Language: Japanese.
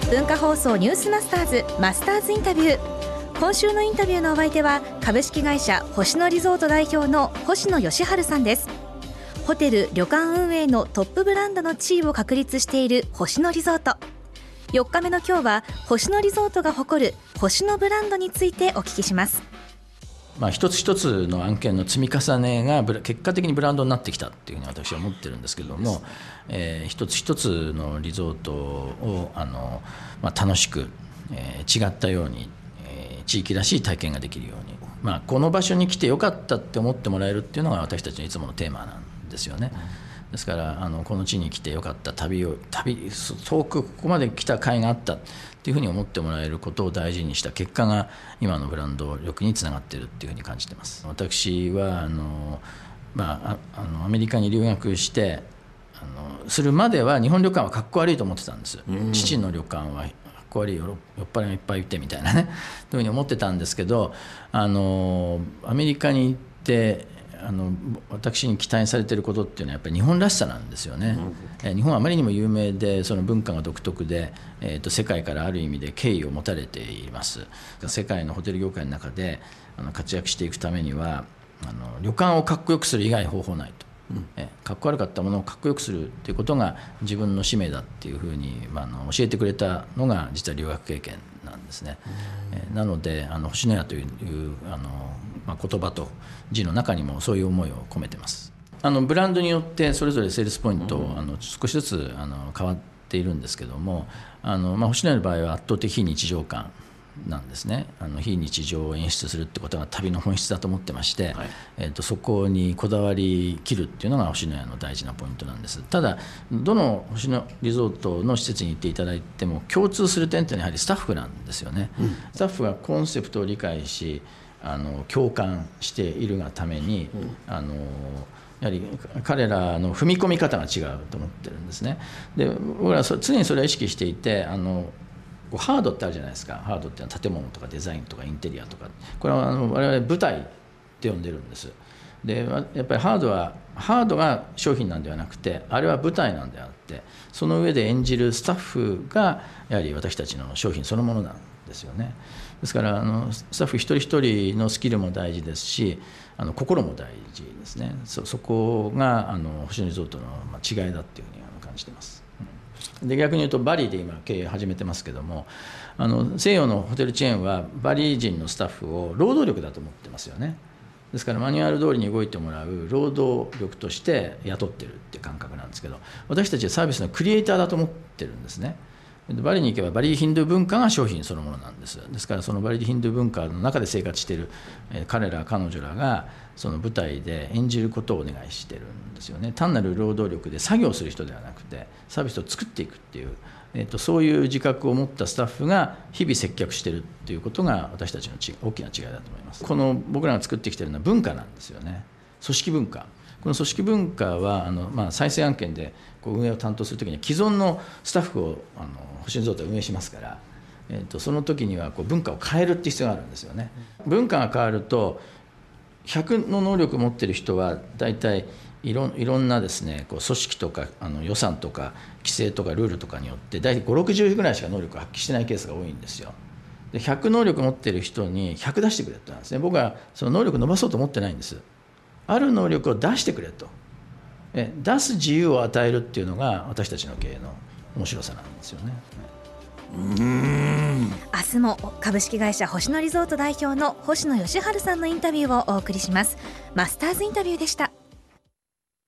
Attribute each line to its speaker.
Speaker 1: 文化放送ニュースマスターズマスターズインタビュー。今週のインタビューのお相手は株式会社星野リゾート代表の星野義治さんです。ホテル・旅館運営のトップブランドの地位を確立している星野リゾート。4日目の今日は星野リゾートが誇る星野ブランドについてお聞きします。
Speaker 2: 一つ一つの案件の積み重ねが結果的にブランドになってきたっていうふうに私は思ってるんですけれども、一つ一つのリゾートを楽しく、違ったように、地域らしい体験ができるように、この場所に来てよかったって思ってもらえるっていうのが私たちのいつものテーマなんですよね。ですからこの地に来てよかった、遠くここまで来た甲斐があったっていうふうに思ってもらえることを大事にした結果が今のブランド力につながっているっていうふうに感じています。私はアメリカに留学してするまでは日本旅館はかっこ悪いと思ってたんです。父の旅館はかっこ悪い、酔っ払いがいっぱいいてみたいなねというふうに思ってたんですけど、アメリカに行って私に期待されていることっていうのはやっぱり日本らしさなんですよね。日本はあまりにも有名でその文化が独特で、世界からある意味で敬意を持たれています。世界のホテル業界の中で活躍していくためには旅館をかっこよくする以外方法ないと、かっこ悪かったものをかっこよくするということが自分の使命だっていうふうに、教えてくれたのが実は留学経験なんですね。なので星のやという言葉と字の中にもそういう思いを込めてます。ブランドによってそれぞれセールスポイント少しずつ変わっているんですけども、星のやの場合は圧倒的非日常感なんですね。非日常を演出するってことが旅の本質だと思ってまして、そこにこだわりきるっていうのが星のやの大事なポイントなんです。ただどの星野リゾートの施設に行っていただいても共通する点っていうのはやはりスタッフなんですよね。スタッフがコンセプトを理解し共感しているがために、やはり彼らの踏み込み方が違うと思ってるんですね。で僕ら常にそれは意識していて、ハードってあるじゃないですか。ハードっていうのは建物とかデザインとかインテリアとか、これは我々舞台って呼んでるんです。でやっぱりハードが商品なんではなくて、あれは舞台なんであって、その上で演じるスタッフがやはり私たちの商品そのものなんですよね。ですからスタッフ一人一人のスキルも大事ですし、心も大事ですね。そこが星野リゾートの違いだっていうふうに感じてます。で逆に言うとバリで今経営始めてますけども、西洋のホテルチェーンはバリ人のスタッフを労働力だと思ってますよね。ですからマニュアル通りに動いてもらう労働力として雇ってるって感覚なんですけど、私たちはサービスのクリエイターだと思ってるんですね。バリに行けばバリヒンドゥー文化が商品そのものなんです。ですからそのバリヒンドゥー文化の中で生活している彼女らがその舞台で演じることをお願いしてるんですよね。単なる労働力で作業する人ではなくてサービスを作っていくっていう、そういう自覚を持ったスタッフが日々接客しているっていうことが私たちの大きな違いだと思います。この僕らが作ってきているのは文化なんですよね。組織文化。この組織文化は再生案件で運営を担当するときには既存のスタッフを星野リゾートは運営しますから、その時には文化を変えるっていう必要があるんですよね。文化が変わると100の能力を持っている人は大体いろんなですね組織とか予算とか規制とかルールとかによって大体5、60ぐらいしか能力を発揮してないケースが多いんですよ。で100能力を持っている人に100出してくれって言うんですね。僕はその能力を伸ばそうと思ってないんです。ある能力を出してくれと、出す自由を与えるっていうのが私たちの経営の面白さなんですよね。
Speaker 1: 明日も株式会社星野リゾート代表の星野義治さんのインタビューをお送りします。マスターズインタビューでした。